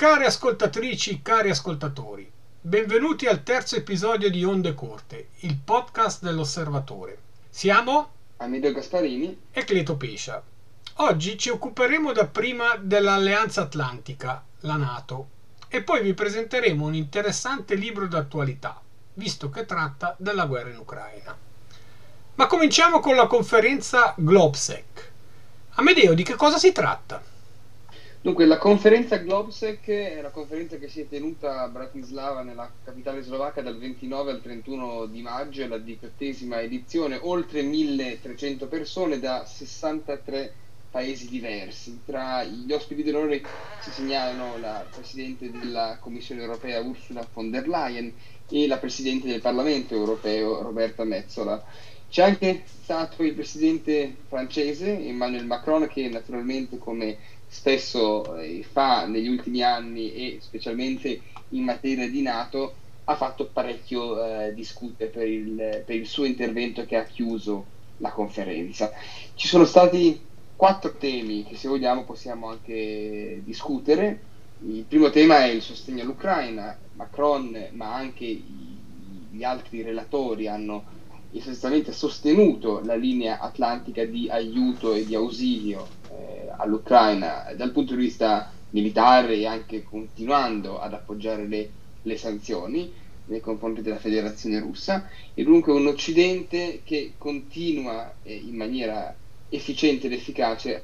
Care ascoltatrici, cari ascoltatori, benvenuti al terzo episodio di Onde Corte, il podcast dell'Osservatore. Siamo Amedeo Gasparini e Cleto Pescia. Oggi ci occuperemo dapprima dell'Alleanza Atlantica, la NATO, e poi vi presenteremo un interessante libro d'attualità, visto che tratta della guerra in Ucraina. Ma cominciamo con la conferenza Globsec. Amedeo, di che cosa si tratta? Dunque, la conferenza Globsec è una conferenza che si è tenuta a Bratislava, nella capitale slovacca, dal 29 al 31 di maggio, è la 18ª edizione, oltre 1300 persone da 63 paesi diversi. Tra gli ospiti d'onore si segnalano la Presidente della Commissione europea Ursula von der Leyen e la Presidente del Parlamento europeo Roberta Metsola. C'è anche stato il Presidente francese Emmanuel Macron, che naturalmente, come spesso fa negli ultimi anni e specialmente in materia di NATO, ha fatto parecchio discutere per il suo intervento che ha chiuso la conferenza. Ci sono stati 4 temi che, se vogliamo, possiamo anche discutere. Il primo tema è il sostegno all'Ucraina. Macron, ma anche gli altri relatori, hanno essenzialmente sostenuto la linea atlantica di aiuto e di ausilio all'Ucraina dal punto di vista militare, e anche continuando ad appoggiare le sanzioni nei confronti della Federazione Russa, e dunque un Occidente che continua in maniera efficiente ed efficace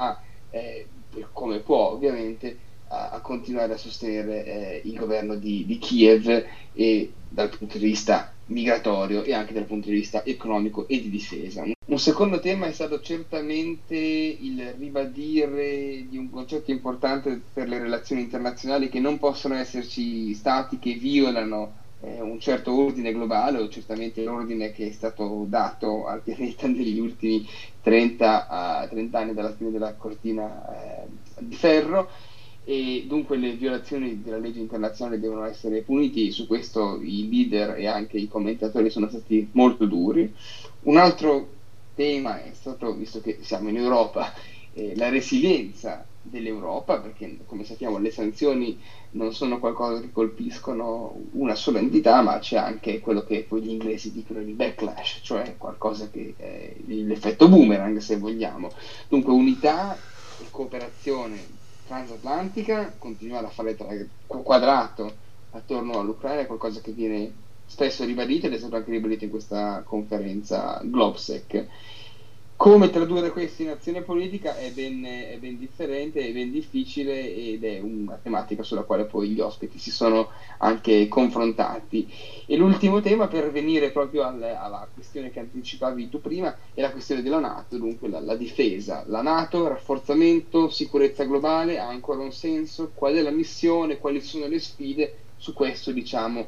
come può ovviamente, a continuare a sostenere il governo di Kiev, e dal punto di vista migratorio e anche dal punto di vista economico e di difesa. Un secondo tema è stato certamente il ribadire di un concetto importante per le relazioni internazionali, che non possono esserci stati che violano un certo ordine globale, o certamente l'ordine che è stato dato al pianeta negli ultimi 30 anni dalla fine della cortina di ferro, e dunque le violazioni della legge internazionale devono essere punite. Su questo i leader e anche i commentatori sono stati molto duri. Un altro tema è stato, visto che siamo in Europa, la resilienza dell'Europa, perché come sappiamo le sanzioni non sono qualcosa che colpiscono una sola entità, ma c'è anche quello che poi gli inglesi dicono il backlash, cioè qualcosa che è l'effetto boomerang, se vogliamo. Dunque unità e cooperazione transatlantica, continuare a fare quadrato attorno all'Ucraina, è qualcosa che viene spesso ribadito ed è stato anche ribadito in questa conferenza Globsec. Come tradurre questo in azione politica è ben differente, è ben difficile, ed è una tematica sulla quale poi gli ospiti si sono anche confrontati. E l'ultimo tema, per venire proprio alla questione che anticipavi tu prima, è la questione della NATO, dunque la difesa. La NATO, rafforzamento, sicurezza globale, ha ancora un senso? Qual è la missione? Quali sono le sfide? Su questo, diciamo,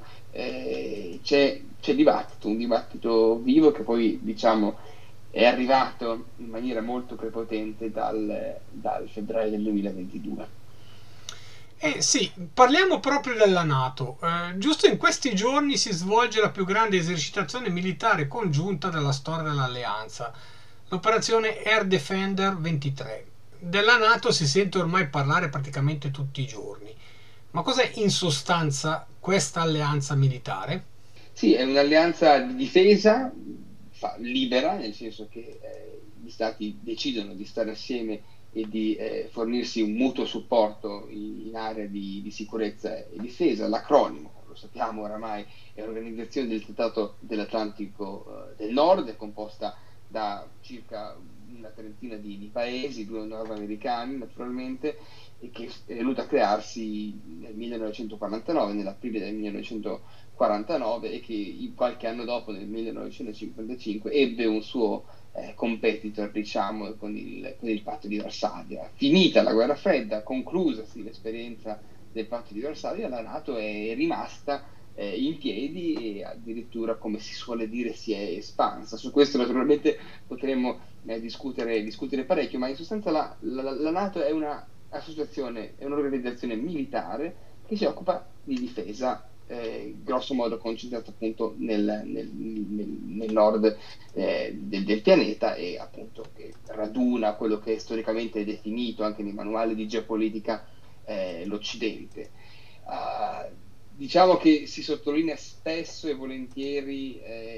c'è dibattito, un dibattito vivo, che poi, diciamo, è arrivato in maniera molto prepotente dal febbraio del 2022. Sì, parliamo proprio della NATO. Giusto in questi giorni si svolge la più grande esercitazione militare congiunta della storia dell'Alleanza, l'operazione Air Defender 23. Della NATO si sente ormai parlare praticamente tutti i giorni. Ma cos'è in sostanza questa alleanza militare? Sì, è un'alleanza di difesa libera, nel senso che gli stati decidono di stare assieme e di fornirsi un mutuo supporto in area di sicurezza e difesa. L'acronimo, lo sappiamo oramai, è l'Organizzazione del Trattato dell'Atlantico del Nord, è composta da circa una trentina di paesi, 2 nordamericani naturalmente, e che è venuta a crearsi nel 1949, nell'aprile del 1949, e che qualche anno dopo, nel 1955, ebbe un suo competitor, diciamo, con il patto di Varsavia. Finita la guerra fredda, conclusasi l'esperienza del patto di Varsavia, la NATO è rimasta in piedi, e addirittura, come si suole dire, si è espansa. Su questo naturalmente potremmo discutere parecchio, ma in sostanza la NATO è un'associazione, è un'organizzazione militare che si occupa di difesa, grosso modo concentrata appunto nel nord del pianeta, e appunto che raduna quello che storicamente è definito anche nei manuali di geopolitica l'Occidente. diciamo che si sottolinea spesso e volentieri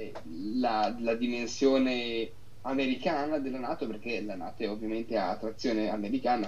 la dimensione americana della NATO, perché la NATO ovviamente ha trazione americana,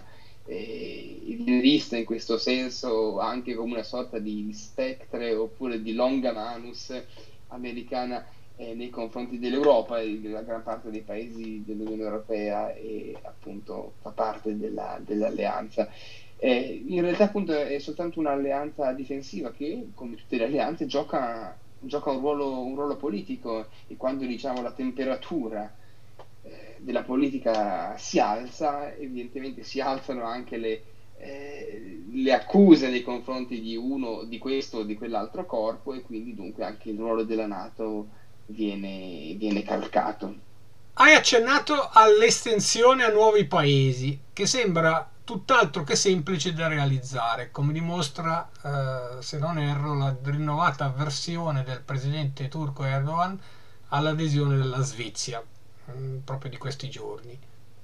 e viene vista in questo senso anche come una sorta di spectre oppure di longa manus americana nei confronti dell'Europa e della gran parte dei paesi dell'Unione Europea, e appunto fa parte dell'alleanza. In realtà appunto è soltanto un'alleanza difensiva che, come tutte le alleanze, gioca un ruolo politico, e quando diciamo la temperatura della politica si alza, evidentemente si alzano anche le accuse nei confronti di uno, di questo o di quell'altro corpo, e quindi dunque anche il ruolo della NATO viene calcato. Hai accennato all'estensione a nuovi paesi, che sembra tutt'altro che semplice da realizzare, come dimostra, se non erro, la rinnovata avversione del presidente turco Erdogan all'adesione della Svezia, proprio di questi giorni.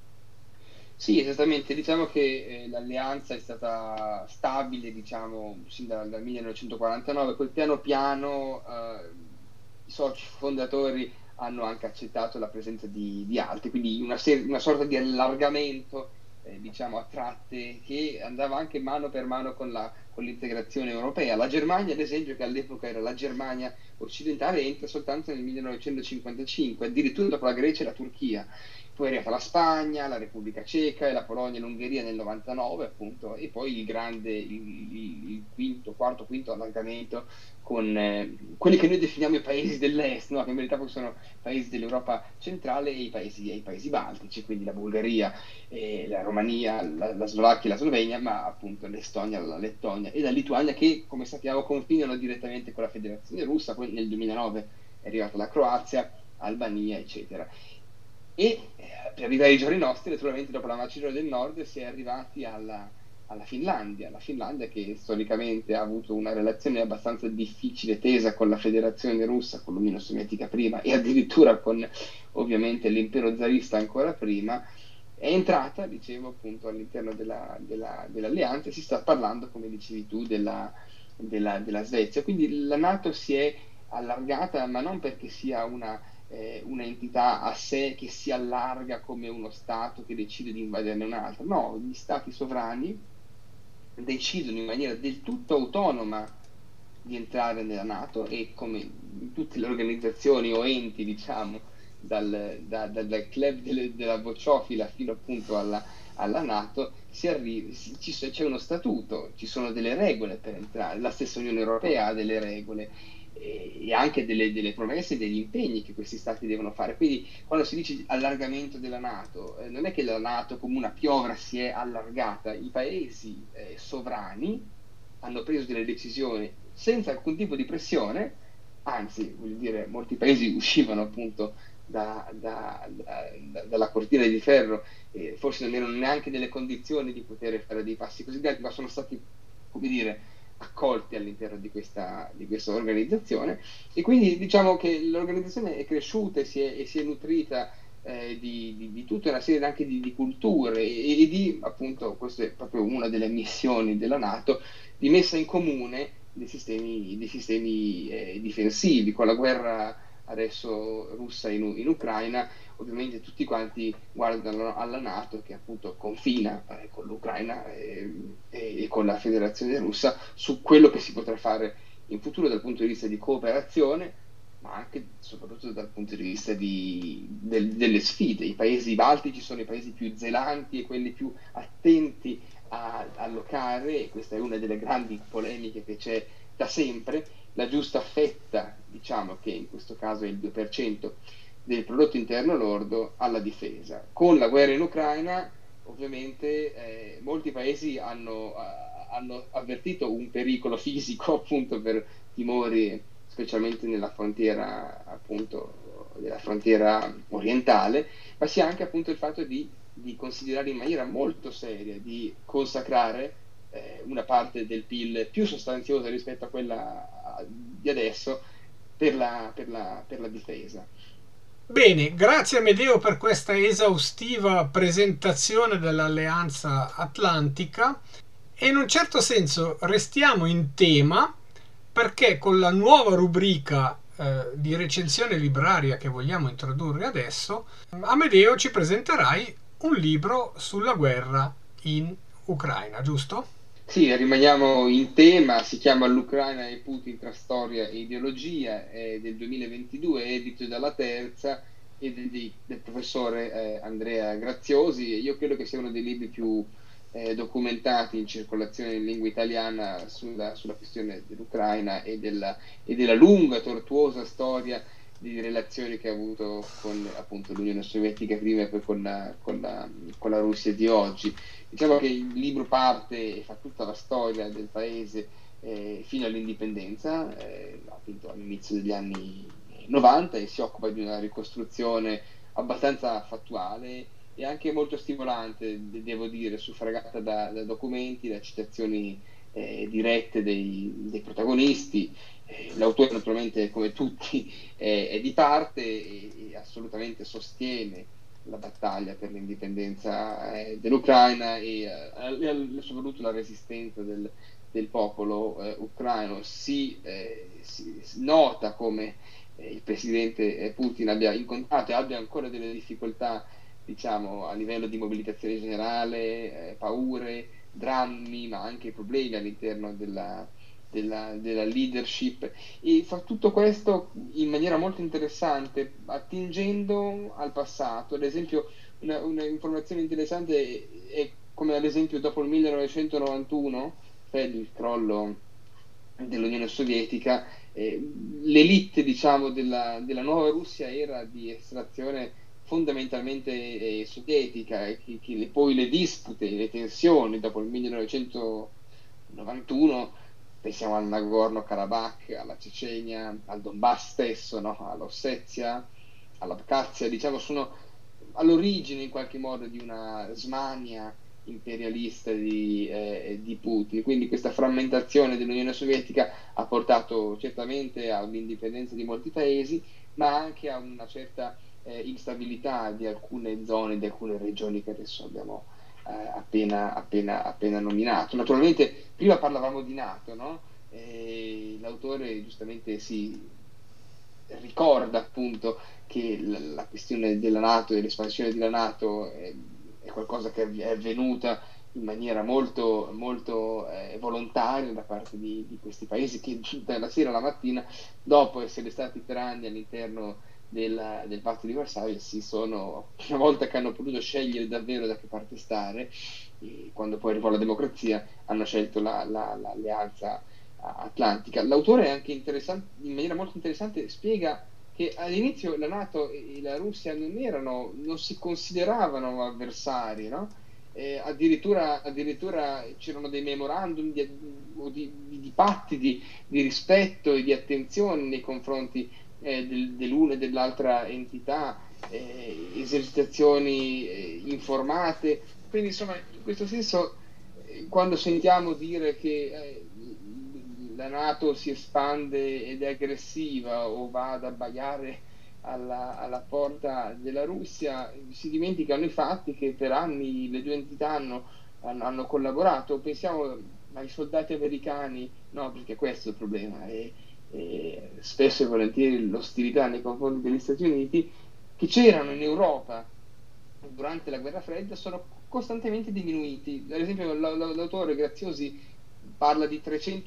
Sì, esattamente, diciamo che l'alleanza è stata stabile, diciamo, sin dal 1949, poi piano piano i soci fondatori hanno anche accettato la presenza di altri, quindi una sorta di allargamento, diciamo, a tratte, che andava anche mano per mano con l'integrazione europea. La Germania, ad esempio, che all'epoca era la Germania occidentale, entra soltanto nel 1955, addirittura dopo la Grecia e la Turchia. Poi è arrivata la Spagna, la Repubblica Ceca e la Polonia e l'Ungheria nel 99, appunto, e poi il quarto, quinto allargamento con quelli che noi definiamo i paesi dell'est, no? Che in verità poi sono paesi dell'Europa centrale, e i paesi baltici, quindi la Bulgaria, la Romania, la Slovacchia e la Slovenia, ma appunto l'Estonia, la Lettonia e la Lituania, che come sappiamo confinano direttamente con la Federazione Russa. Poi nel 2009 è arrivata la Croazia, Albania, eccetera. Per arrivare ai giorni nostri, naturalmente dopo la Macedonia del Nord si è arrivati alla Finlandia, la Finlandia che storicamente ha avuto una relazione abbastanza difficile, tesa con la Federazione Russa, con l'Unione Sovietica prima, e addirittura con ovviamente l'impero zarista ancora prima. È entrata, dicevo, appunto all'interno dell'alleanza, e si sta parlando, come dicevi tu, della Svezia. Quindi la NATO si è allargata, ma non perché sia una entità a sé che si allarga come uno Stato che decide di invaderne un altro. No, gli Stati sovrani decidono in maniera del tutto autonoma di entrare nella NATO, e come in tutte le organizzazioni o enti, diciamo, dal club della bocciofila fino appunto alla NATO, c'è uno statuto, ci sono delle regole per entrare. La stessa Unione Europea ha delle regole e anche delle promesse e degli impegni che questi stati devono fare. Quindi quando si dice allargamento della NATO, non è che la NATO come una piovra si è allargata, i paesi sovrani hanno preso delle decisioni senza alcun tipo di pressione, anzi, voglio dire, molti paesi uscivano appunto dalla cortina di ferro, forse non erano neanche nelle condizioni di poter fare dei passi così grandi, ma sono stati, come dire, accolti all'interno di questa organizzazione. E quindi diciamo che l'organizzazione è cresciuta e si è nutrita di tutta una serie anche di culture e di, appunto, questa è proprio una delle missioni della NATO, di messa in comune dei sistemi difensivi. Con la guerra adesso russa in Ucraina, ovviamente tutti quanti guardano alla NATO, che appunto confina con l'Ucraina e con la Federazione Russa, su quello che si potrà fare in futuro dal punto di vista di cooperazione, ma anche soprattutto dal punto di vista delle sfide. I paesi baltici sono i paesi più zelanti e quelli più attenti a allocare, e questa è una delle grandi polemiche che c'è da sempre, la giusta fetta, diciamo che in questo caso è il 2% del prodotto interno lordo, alla difesa. Con la guerra in Ucraina, ovviamente, molti paesi hanno avvertito un pericolo fisico, appunto, per timori, specialmente nella frontiera, appunto, della frontiera orientale, ma sia anche appunto il fatto di considerare in maniera molto seria di consacrare una parte del PIL più sostanziosa rispetto a quella di adesso per la difesa. Bene, grazie Amedeo per questa esaustiva presentazione dell'Alleanza Atlantica, e in un certo senso restiamo in tema perché con la nuova rubrica di recensione libraria che vogliamo introdurre adesso, Amedeo ci presenterai un libro sulla guerra in Ucraina, giusto? Sì, rimaniamo in tema, si chiama L'Ucraina e Putin tra storia e ideologia, è del 2022, edito dalla Terza e del professore Andrea Graziosi. Io credo che sia uno dei libri più documentati in circolazione in lingua italiana sulla questione dell'Ucraina e della lunga, tortuosa storia di relazioni che ha avuto con appunto l'Unione Sovietica prima e poi con la Russia di oggi. Diciamo che il libro parte e fa tutta la storia del paese fino all'indipendenza, appunto all'inizio degli anni 90, e si occupa di una ricostruzione abbastanza fattuale e anche molto stimolante, devo dire, suffragata da documenti, da citazioni dirette dei protagonisti. L'autore naturalmente, come tutti, è di parte e assolutamente sostiene la battaglia per l'indipendenza dell'Ucraina e soprattutto la resistenza del popolo ucraino. Si nota come il presidente Putin abbia incontrato e abbia ancora delle difficoltà, diciamo, a livello di mobilitazione generale, paure, drammi, ma anche problemi all'interno della leadership, e fa tutto questo in maniera molto interessante, attingendo al passato. Ad esempio, una informazione interessante è come ad esempio dopo il 1991, cioè il crollo dell'Unione Sovietica, l'elite, diciamo, della nuova Russia era di estrazione fondamentalmente sovietica, e poi le dispute, le tensioni dopo il 1991, pensiamo al Nagorno-Karabakh, alla Cecenia, al Donbass stesso, no? All'Ossetia, all'Abkhazia, diciamo, sono all'origine in qualche modo di una smania imperialista di Putin. Quindi questa frammentazione dell'Unione Sovietica ha portato certamente all'indipendenza di molti paesi, ma anche a una certa instabilità di alcune zone, di alcune regioni che adesso abbiamo appena nominato. Naturalmente prima parlavamo di NATO, no? L'autore giustamente si ricorda appunto che la questione della NATO e l'espansione della NATO è qualcosa che è avvenuta in maniera molto volontaria da parte di questi paesi che dalla sera alla mattina, dopo essere stati per anni all'interno del patto di Varsavia, una volta che hanno potuto scegliere davvero da che parte stare, quando poi arrivò la democrazia, hanno scelto l'alleanza atlantica. L'autore è anche interessante, in maniera molto interessante, spiega che all'inizio la NATO e la Russia non si consideravano avversari, no? Addirittura c'erano dei memorandum di patti di rispetto e di attenzione nei confronti dell'una e dell'altra entità, esercitazioni informate. Quindi insomma, in questo senso, quando sentiamo dire che la NATO si espande ed è aggressiva o va ad abbaiare alla porta della Russia, si dimenticano i fatti che per anni le due entità hanno collaborato. Pensiamo ai soldati americani, no, perché questo è il problema, e spesso e volentieri l'ostilità nei confronti degli Stati Uniti, che c'erano in Europa durante la guerra fredda, sono costantemente diminuiti. Ad esempio l'autore Graziosi parla di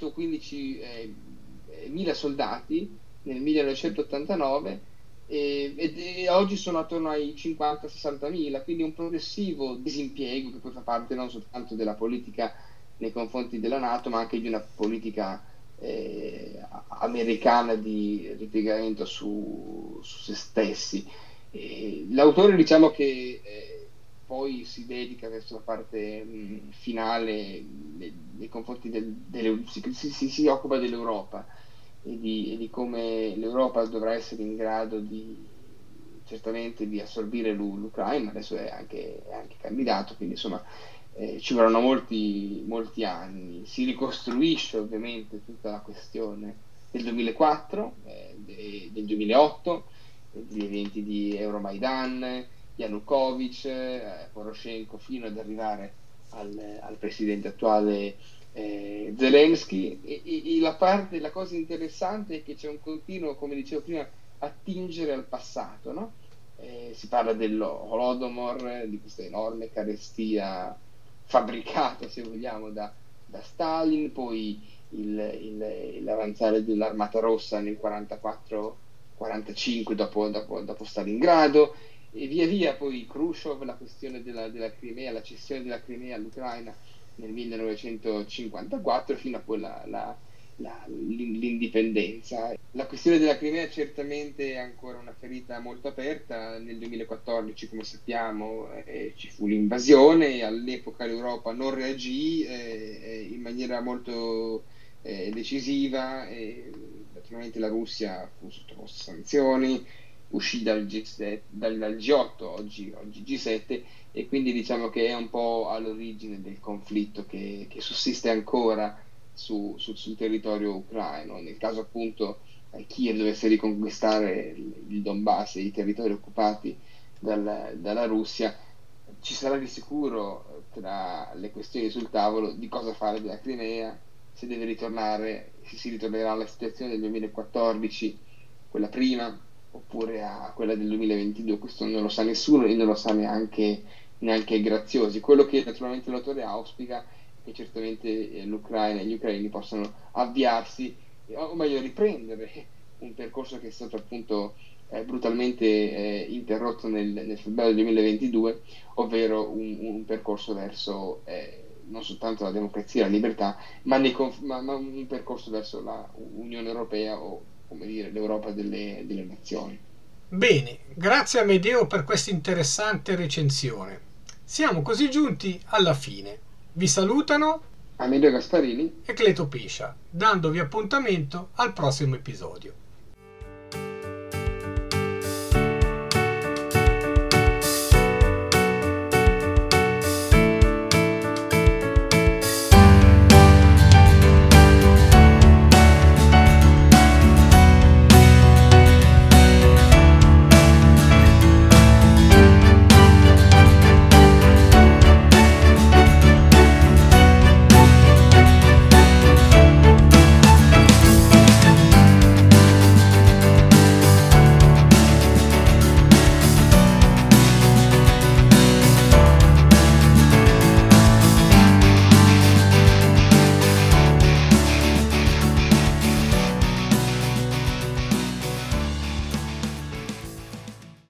315.000 soldati nel 1989 e oggi sono attorno ai 50-60.000, quindi un progressivo disimpiego che poi fa parte non soltanto della politica nei confronti della NATO, ma anche di una politica americana di ripiegamento su se stessi. L'autore, diciamo che poi si dedica verso la parte finale nei confronti si occupa dell'Europa e di come l'Europa dovrà essere in grado certamente di assorbire l'Ucraina. Adesso è anche candidato, quindi insomma ci vorranno molti anni. Si ricostruisce ovviamente tutta la questione del 2004, del 2008, degli eventi di Euromaidan, Yanukovych, Poroshenko, fino ad arrivare al presidente attuale Zelensky. E la cosa interessante è che c'è un continuo, come dicevo prima, attingere al passato, no? Si parla dell'Holodomor, di questa enorme carestia fabbricata, se vogliamo, da Stalin, poi l'avanzare dell'Armata Rossa nel 44-45 dopo Stalingrado, e via via poi Khrushchev, la questione della Crimea, la cessione della Crimea all'Ucraina nel 1954, fino a poi l'indipendenza. La questione della Crimea certamente è ancora una ferita molto aperta. Nel 2014, come sappiamo, ci fu l'invasione, e all'epoca l'Europa non reagì in maniera molto decisiva, e naturalmente la Russia fu sottoposta a sanzioni, uscì dal G8, oggi G7, e quindi diciamo che è un po' all'origine del conflitto che sussiste ancora sul territorio ucraino. Nel caso appunto Kiev dovesse riconquistare il Donbass e i territori occupati dalla Russia, ci sarà di sicuro, tra le questioni sul tavolo, di cosa fare della Crimea, se si ritornerà alla situazione del 2014, quella prima, oppure a quella del 2022. Questo non lo sa nessuno, e non lo sa neanche Graziosi. Quello che naturalmente l'autore auspica è che certamente l'Ucraina e gli ucraini possano avviarsi, o meglio riprendere un percorso che è stato appunto brutalmente interrotto nel febbraio 2022, ovvero un percorso verso non soltanto la democrazia e la libertà, ma un percorso verso la Unione Europea, o come dire l'Europa delle nazioni. Bene, grazie a Medeo per questa interessante recensione. Siamo così giunti alla fine. Vi salutano Amedeo Gasparini e Cleto Piscia, dandovi appuntamento al prossimo episodio.